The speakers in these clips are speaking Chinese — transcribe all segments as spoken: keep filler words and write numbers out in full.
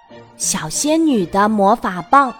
小仙女的魔法棒。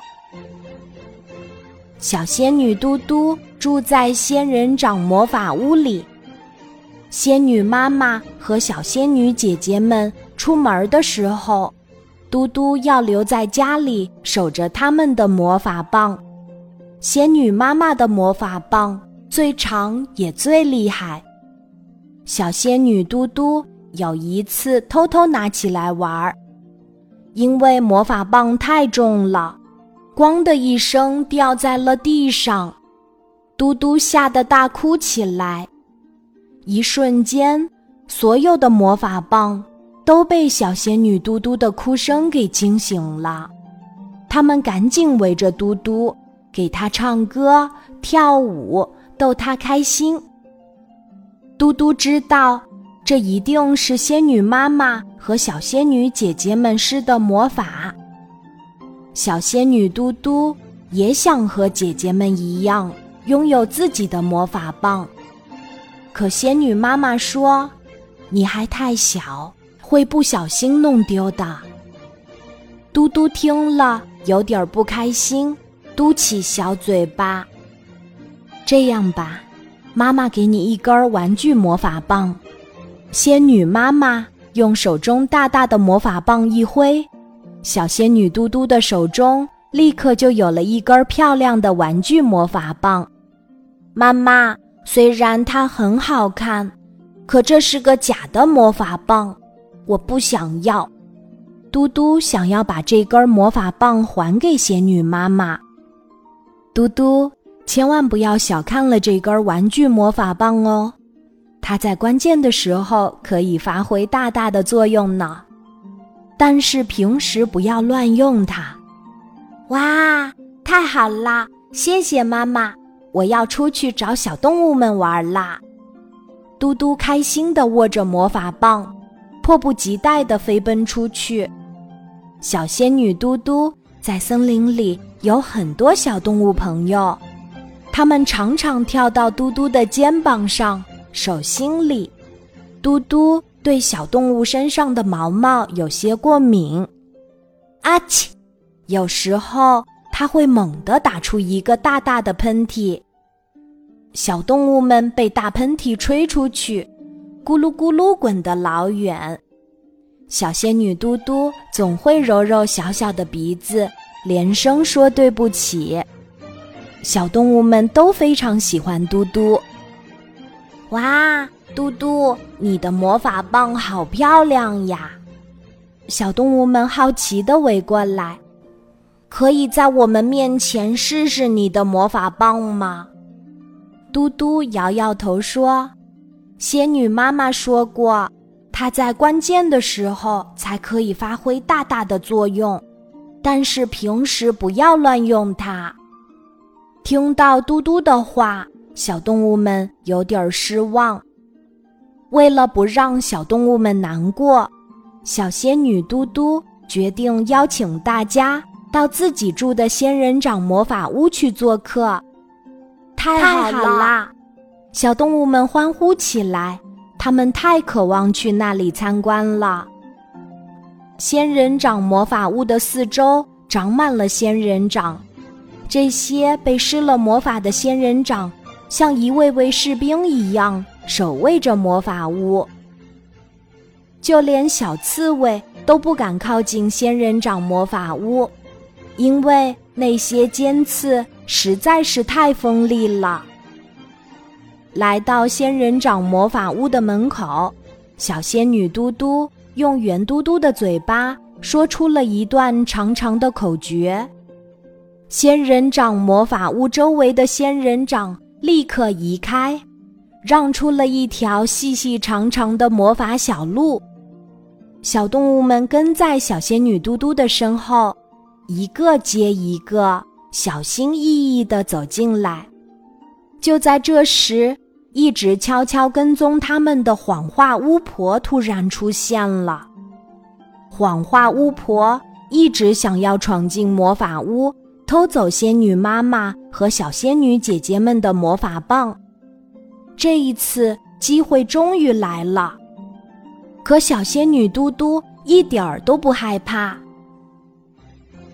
小仙女嘟嘟住在仙人掌魔法屋里，仙女妈妈和小仙女姐姐们出门的时候，嘟嘟要留在家里守着他们的魔法棒。仙女妈妈的魔法棒最长也最厉害，小仙女嘟嘟有一次偷偷拿起来玩，因为魔法棒太重了，咣的一声掉在了地上，嘟嘟吓得大哭起来。一瞬间，所有的魔法棒都被小仙女嘟嘟的哭声给惊醒了，他们赶紧围着嘟嘟，给她唱歌跳舞，逗她开心。嘟嘟知道这一定是仙女妈妈和小仙女姐姐们施的魔法。小仙女嘟嘟也想和姐姐们一样拥有自己的魔法棒，可仙女妈妈说，你还太小，会不小心弄丢的。嘟嘟听了有点不开心，嘟起小嘴巴。这样吧，妈妈给你一根玩具魔法棒。仙女妈妈用手中大大的魔法棒一挥，小仙女嘟嘟的手中立刻就有了一根漂亮的玩具魔法棒。妈妈，虽然它很好看，可这是个假的魔法棒，我不想要。嘟嘟想要把这根魔法棒还给仙女妈妈。嘟嘟，千万不要小看了这根玩具魔法棒哦，它在关键的时候可以发挥大大的作用呢。但是平时不要乱用它。哇，太好啦，谢谢妈妈，我要出去找小动物们玩啦。嘟嘟开心地握着魔法棒，迫不及待地飞奔出去。小仙女嘟嘟在森林里有很多小动物朋友，它们常常跳到嘟嘟的肩膀上、手心里。嘟嘟对小动物身上的毛毛有些过敏，啊嚏！有时候它会猛地打出一个大大的喷嚏，小动物们被大喷嚏吹出去，咕噜咕噜滚得老远。小仙女嘟嘟总会揉揉小小的鼻子，连声说对不起。小动物们都非常喜欢嘟嘟。哇，嘟嘟，你的魔法棒好漂亮呀！小动物们好奇地围过来，可以在我们面前试试你的魔法棒吗？嘟嘟摇摇头说，仙女妈妈说过，它在关键的时候才可以发挥大大的作用，但是平时不要乱用它。听到嘟嘟的话，小动物们有点失望。为了不让小动物们难过，小仙女嘟嘟决定邀请大家到自己住的仙人掌魔法屋去做客。太好啦！小动物们欢呼起来，他们太渴望去那里参观了。仙人掌魔法屋的四周长满了仙人掌，这些被施了魔法的仙人掌像一位位士兵一样守卫着魔法屋，就连小刺猬都不敢靠近仙人掌魔法屋，因为那些尖刺实在是太锋利了。来到仙人掌魔法屋的门口，小仙女嘟嘟用圆嘟嘟的嘴巴说出了一段长长的口诀。仙人掌魔法屋周围的仙人掌立刻移开，让出了一条细细长长的魔法小路。小动物们跟在小仙女嘟嘟的身后，一个接一个，小心翼翼地走进来。就在这时，一直悄悄跟踪他们的谎话巫婆突然出现了。谎话巫婆一直想要闯进魔法屋，偷走仙女妈妈和小仙女姐姐们的魔法棒。这一次机会终于来了，可小仙女嘟嘟一点儿都不害怕。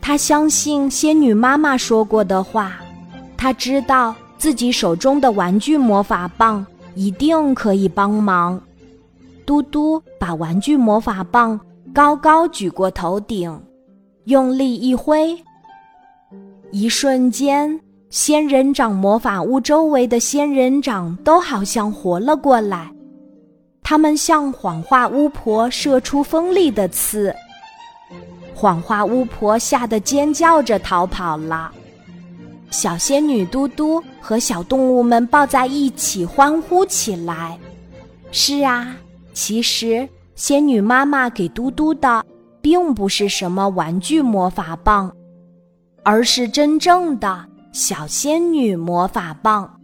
她相信仙女妈妈说过的话，她知道自己手中的玩具魔法棒一定可以帮忙。嘟嘟把玩具魔法棒高高举过头顶，用力一挥，一瞬间，仙人掌魔法屋周围的仙人掌都好像活了过来，它们向谎话巫婆射出锋利的刺。谎话巫婆吓得尖叫着逃跑了。小仙女嘟嘟和小动物们抱在一起欢呼起来。是啊，其实仙女妈妈给嘟嘟的并不是什么玩具魔法棒，而是真正的小仙女魔法棒。